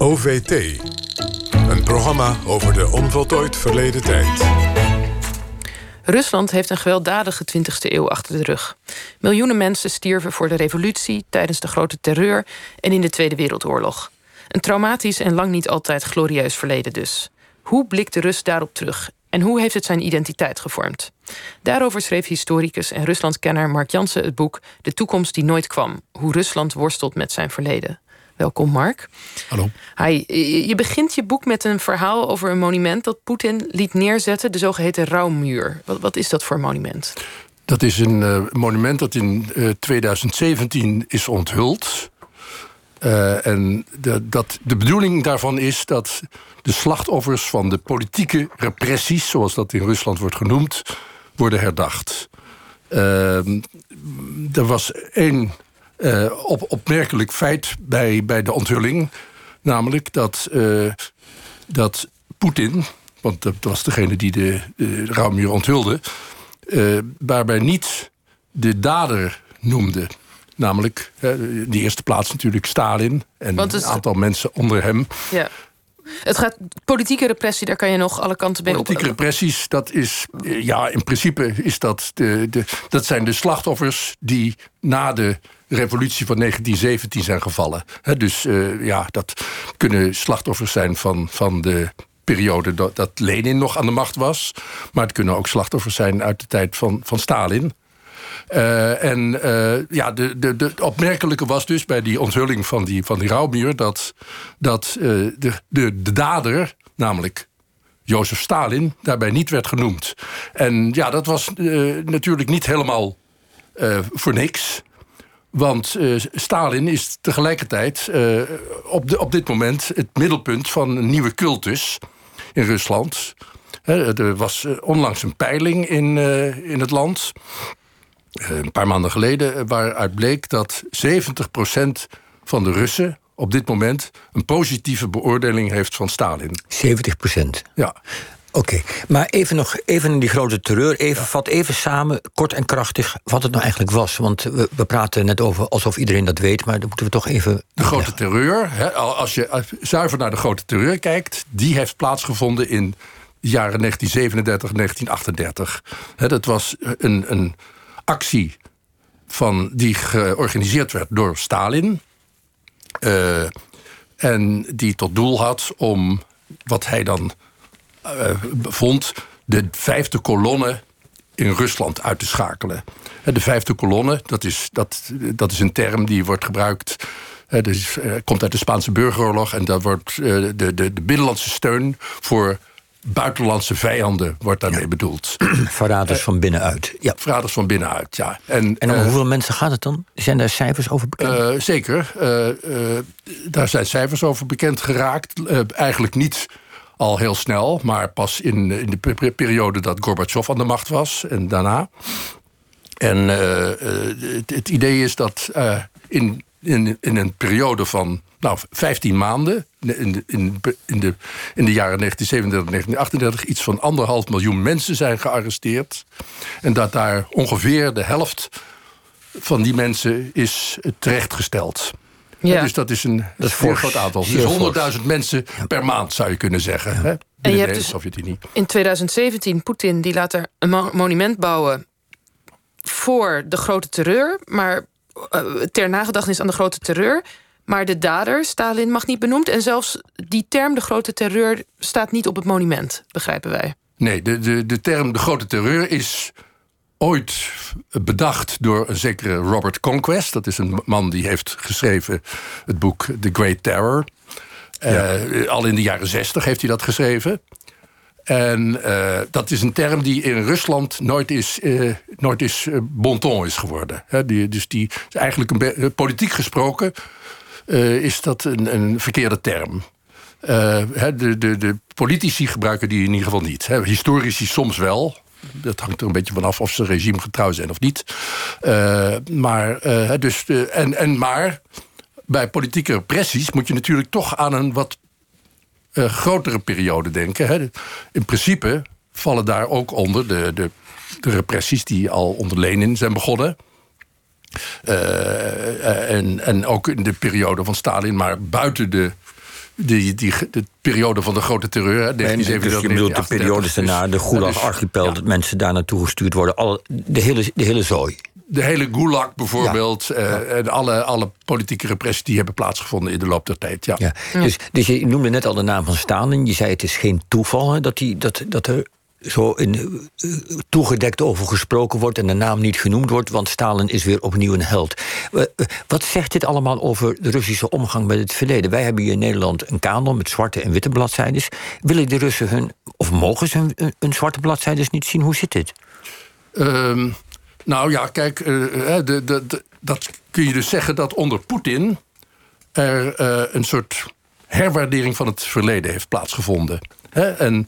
OVT. Een programma over de onvoltooid verleden tijd. Rusland heeft een gewelddadige 20e eeuw achter de rug. Miljoenen mensen stierven voor de revolutie, tijdens de Grote Terreur en in de Tweede Wereldoorlog. Een traumatisch en lang niet altijd glorieus verleden dus. Hoe blikt de Rus daarop terug? En hoe heeft het zijn identiteit gevormd? Daarover schreef historicus en Ruslandkenner Mark Jansen het boek De toekomst die nooit kwam. Hoe Rusland worstelt met zijn verleden. Welkom, Mark. Hallo. Hi. Je begint je boek met een verhaal over een monument dat Poetin liet neerzetten, de zogeheten Rouwmuur. Wat is dat voor monument? Dat is een monument dat in 2017 is onthuld. En de bedoeling daarvan is dat de slachtoffers van de politieke repressies, zoals dat in Rusland wordt genoemd, worden herdacht. Er was één opmerkelijk feit bij de onthulling, namelijk dat Poetin, want dat was degene die de Rouwmuur onthulde, waarbij niet de dader noemde. Namelijk, in de eerste plaats natuurlijk Stalin en een aantal mensen onder hem. Ja. Het gaat politieke repressie, daar kan je nog alle kanten mee op. Politieke repressies, dat is, ja, in principe is dat dat zijn de slachtoffers die na de revolutie van 1917 zijn gevallen. Dus dat kunnen slachtoffers zijn van de periode dat Lenin nog aan de macht was. Maar het kunnen ook slachtoffers zijn uit de tijd van Stalin. De opmerkelijke was dus bij die onthulling van die Rouwmuur dat de dader, namelijk Jozef Stalin, daarbij niet werd genoemd. En ja, dat was natuurlijk niet helemaal voor niks. Want Stalin is tegelijkertijd op dit moment het middelpunt van een nieuwe cultus in Rusland. Er was onlangs een peiling in het land, een paar maanden geleden, waaruit bleek dat 70% van de Russen op dit moment een positieve beoordeling heeft van Stalin. 70%? Ja. Oké, maar even in die grote terreur. Vat even samen, kort en krachtig, wat het nou eigenlijk was. Want we praten net over alsof iedereen dat weet, maar dan moeten we toch even. De grote terreur, als je zuiver naar de grote terreur kijkt, die heeft plaatsgevonden in de jaren 1937 en 1938. Dat was een actie die georganiseerd werd door Stalin. En die tot doel had om, wat hij dan vond, de vijfde kolonne in Rusland uit te schakelen. De vijfde kolonne, dat is een term die wordt gebruikt, komt uit de Spaanse burgeroorlog, en dat wordt de binnenlandse steun voor buitenlandse vijanden wordt daarmee bedoeld. Verraders van binnenuit. Ja. Verraders van binnenuit, ja. En om hoeveel mensen gaat het dan? Zijn daar cijfers over bekend? Zeker. Daar zijn cijfers over bekend geraakt. Eigenlijk niet al heel snel, maar pas in de periode dat Gorbachev aan de macht was en daarna. En het idee is dat in een periode van 15 maanden, in de jaren 1937 1938... iets van 1,5 miljoen mensen zijn gearresteerd. En dat daar ongeveer de helft van die mensen is terechtgesteld. Ja. Dus dat is een heel groot aantal. Dus 100.000 mensen per maand, zou je kunnen zeggen. Ja. En je hebt dus Sovjet-Unie. In 2017, Poetin die laat er een monument bouwen voor de Grote Terreur, maar ter nagedachtenis aan de Grote Terreur. Maar de dader, Stalin, mag niet benoemd. En zelfs die term, de Grote Terreur, staat niet op het monument, begrijpen wij. Nee, de term de Grote Terreur is ooit bedacht door een zekere Robert Conquest. Dat is een man die heeft geschreven het boek The Great Terror. Al in de jaren 60 heeft hij dat geschreven. En dat is een term die in Rusland nooit is bon ton is geworden. Dus die is eigenlijk politiek gesproken is dat een verkeerde term. De politici gebruiken die in ieder geval niet. Historici soms wel. Dat hangt er een beetje vanaf of ze regimegetrouw zijn of niet. Maar bij politieke repressies moet je natuurlijk toch aan een wat grotere periode denken. In principe vallen daar ook onder de repressies die al onder Lenin zijn begonnen. En ook in de periode van Stalin, maar buiten de periode van de grote terreur. Dus je bedoelt de periodes daarna, de Gulag-archipel, dat mensen daar naartoe gestuurd worden. De hele zooi. De hele Gulag bijvoorbeeld. En alle politieke repressie die hebben plaatsgevonden in de loop der tijd. Ja. Dus je noemde net al de naam van Stalin. Je zei het is geen toeval dat er zo toegedekt over gesproken wordt en de naam niet genoemd wordt, want Stalin is weer opnieuw een held. Wat zegt dit allemaal over de Russische omgang met het verleden? Wij hebben hier in Nederland een kanon met zwarte en witte bladzijdes. Willen de Russen mogen ze hun zwarte bladzijdes niet zien? Hoe zit dit? Nou ja, kijk, dat kun je dus zeggen dat onder Poetin er een soort herwaardering van het verleden heeft plaatsgevonden. En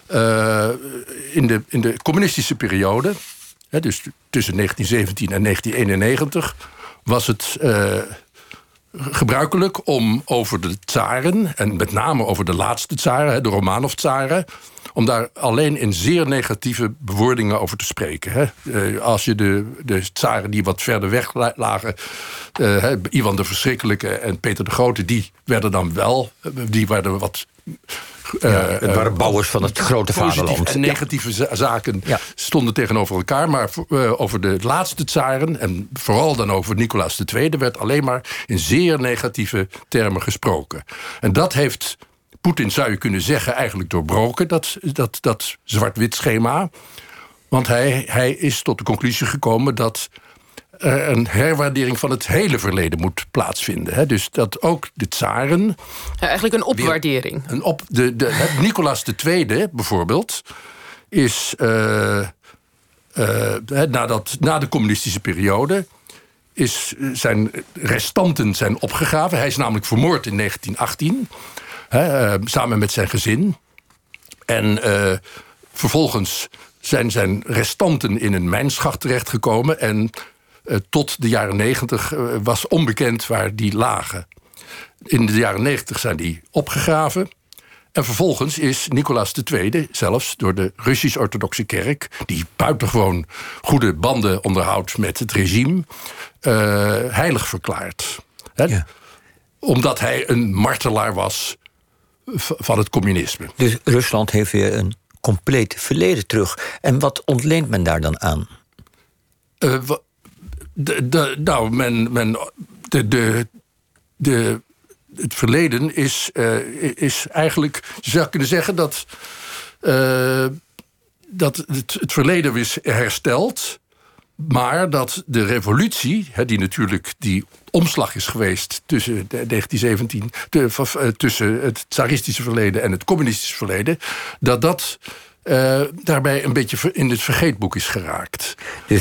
in de communistische periode, dus tussen 1917 en 1991, was het gebruikelijk om over de tsaren, en met name over de laatste tsaren, de Romanov-tsaren, om daar alleen in zeer negatieve bewoordingen over te spreken. Als je de tsaren die wat verder weg lagen, Ivan de Verschrikkelijke en Peter de Grote, die werden wat het waren bouwers van het grote vaderland. En negatieve zaken stonden tegenover elkaar. Maar over de laatste tsaren, en vooral dan over Nicolaas II, werd alleen maar in zeer negatieve termen gesproken. En dat heeft Poetin, zou je kunnen zeggen, eigenlijk doorbroken, dat zwart-wit schema. Want hij is tot de conclusie gekomen dat er een herwaardering van het hele verleden moet plaatsvinden. Dus dat ook de tsaren... Ja, eigenlijk een opwaardering. Nicolaas II bijvoorbeeld is na de communistische periode zijn restanten zijn opgegraven. Hij is namelijk vermoord in 1918, samen met zijn gezin. En vervolgens zijn zijn restanten in een mijnschacht terechtgekomen en tot de jaren 90 was onbekend waar die lagen. In de jaren 90 zijn die opgegraven. En vervolgens is Nicolaas II zelfs door de Russisch-orthodoxe kerk, die buitengewoon goede banden onderhoudt met het regime, heilig verklaard. Omdat hij een martelaar was van het communisme. Dus Rusland heeft weer een compleet verleden terug. En wat ontleent men daar dan aan? Het verleden is eigenlijk, je zou kunnen zeggen dat het verleden is hersteld, maar dat de revolutie, die natuurlijk die omslag is geweest tussen 1917, tussen het tsaristische verleden en het communistische verleden, dat daarbij een beetje in het vergeetboek is geraakt.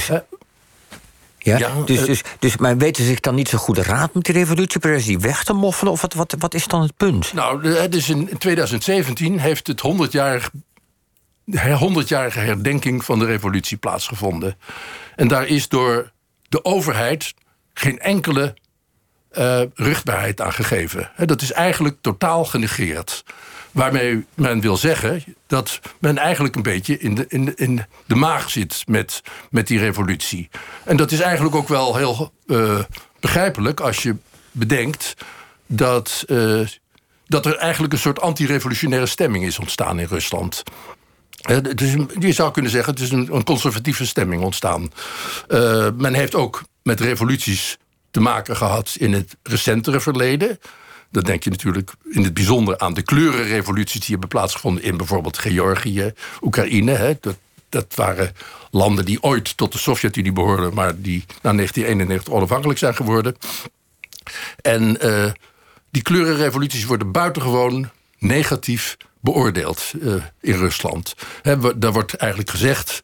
Dus maar weten ze zich dan niet zo goed raad met die revolutie? Proberen die weg te moffelen? Of wat is dan het punt? Nou, dus in 2017 heeft het 100-jarige herdenking van de revolutie plaatsgevonden. En daar is door de overheid geen enkele ruchtbaarheid aan gegeven. Dat is eigenlijk totaal genegeerd. Waarmee men wil zeggen dat men eigenlijk een beetje in de maag zit met die revolutie. En dat is eigenlijk ook wel heel begrijpelijk als je bedenkt dat er eigenlijk een soort anti-revolutionaire stemming is ontstaan in Rusland. Je zou kunnen zeggen, het is een conservatieve stemming ontstaan. Men heeft ook met revoluties te maken gehad in het recentere verleden. Dan denk je natuurlijk in het bijzonder aan de kleurenrevoluties die hebben plaatsgevonden in bijvoorbeeld Georgië, Oekraïne. Dat waren landen die ooit tot de Sovjet-Unie behoorden, maar die na 1991 onafhankelijk zijn geworden. En die kleurenrevoluties worden buitengewoon negatief beoordeeld in Rusland. Daar wordt eigenlijk gezegd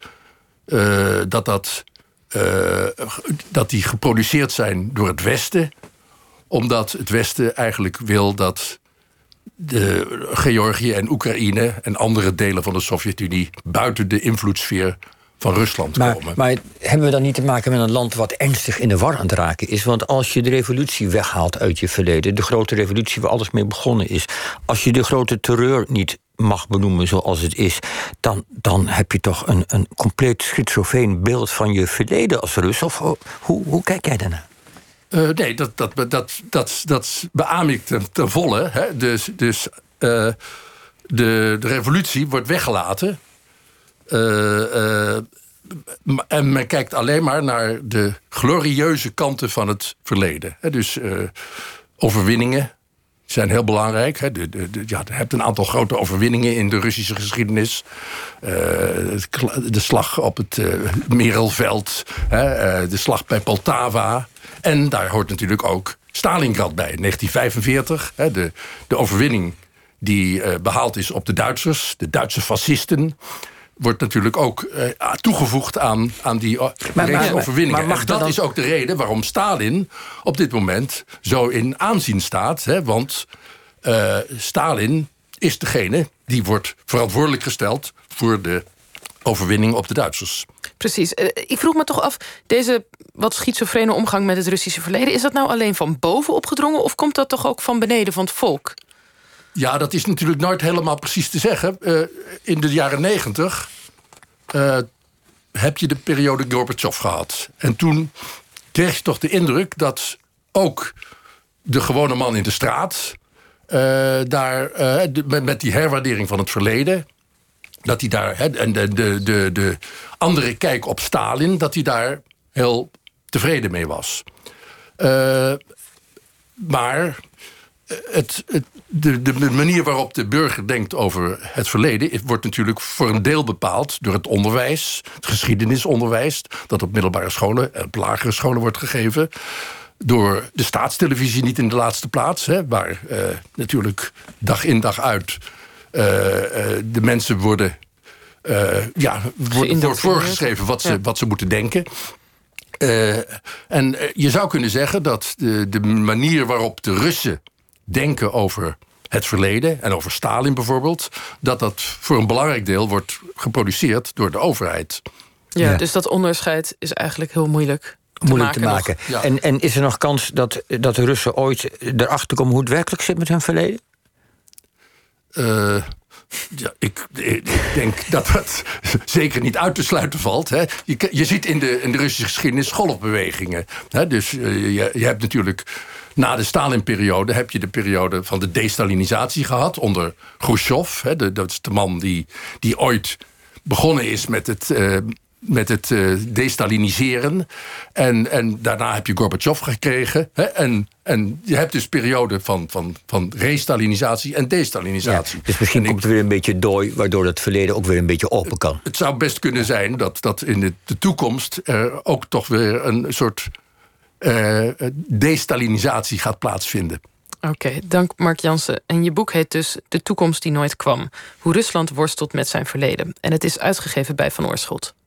dat die geproduceerd zijn door het Westen, omdat het Westen eigenlijk wil dat de Georgië en Oekraïne en andere delen van de Sovjet-Unie buiten de invloedssfeer van Rusland komen. Maar hebben we dan niet te maken met een land wat ernstig in de war aan het raken is? Want als je de revolutie weghaalt uit je verleden, de grote revolutie waar alles mee begonnen is, als je de grote terreur niet mag benoemen zoals het is, dan heb je toch een compleet schizofreen beeld van je verleden als Rus. Of hoe kijk jij daarnaar? Nee, dat beaam ik ten volle. Hè. De revolutie wordt weggelaten. En men kijkt alleen maar naar de glorieuze kanten van het verleden. Dus overwinningen zijn heel belangrijk. Je hebt een aantal grote overwinningen in de Russische geschiedenis. De slag op het Merelveld. De slag bij Poltava. En daar hoort natuurlijk ook Stalingrad bij. 1945, de overwinning die behaald is op de Duitsers. De Duitse fascisten. Wordt natuurlijk ook toegevoegd aan die overwinningen. Maar dat is ook de reden waarom Stalin op dit moment zo in aanzien staat. Want Stalin is degene die wordt verantwoordelijk gesteld voor de overwinning op de Duitsers. Precies. Ik vroeg me toch af, deze wat schizofrene omgang met het Russische verleden, is dat nou alleen van boven opgedrongen of komt dat toch ook van beneden, van het volk? Ja, dat is natuurlijk nooit helemaal precies te zeggen. In de jaren 90 heb je de periode Gorbachev gehad. En toen kreeg je toch de indruk dat ook de gewone man in de straat met die herwaardering van het verleden, dat hij daar, en de andere kijk op Stalin, dat hij daar heel tevreden mee was. Maar de manier waarop de burger denkt over het verleden wordt natuurlijk voor een deel bepaald door het onderwijs, het geschiedenisonderwijs, dat op middelbare scholen en op lagere scholen wordt gegeven. Door de staatstelevisie niet in de laatste plaats, waar natuurlijk dag in dag uit de mensen wordt voorgeschreven wat ze moeten denken. En je zou kunnen zeggen dat de manier waarop de Russen denken over het verleden en over Stalin bijvoorbeeld, dat voor een belangrijk deel wordt geproduceerd door de overheid. Ja, dus dat onderscheid is eigenlijk heel moeilijk te maken. Ja. En is er nog kans dat de Russen ooit erachter komen hoe het werkelijk zit met hun verleden? Ik denk dat het zeker niet uit te sluiten valt. Je ziet in de Russische geschiedenis golfbewegingen. Dus je hebt natuurlijk na de Stalin-periode heb je de periode van de destalinisatie gehad onder Khrushchev. Dat is de man die ooit begonnen is met het destaliniseren. En daarna heb je Gorbachev gekregen. En je hebt dus periode van restalinisatie en destalinisatie. Ja, dus misschien komt er weer een beetje dooi, waardoor het verleden ook weer een beetje open kan. Het zou best kunnen zijn dat in de toekomst er ook toch weer een soort destalinisatie gaat plaatsvinden. Oké, dank Mark Jansen. En je boek heet dus De toekomst die nooit kwam. Hoe Rusland worstelt met zijn verleden. En het is uitgegeven bij Van Oorschot.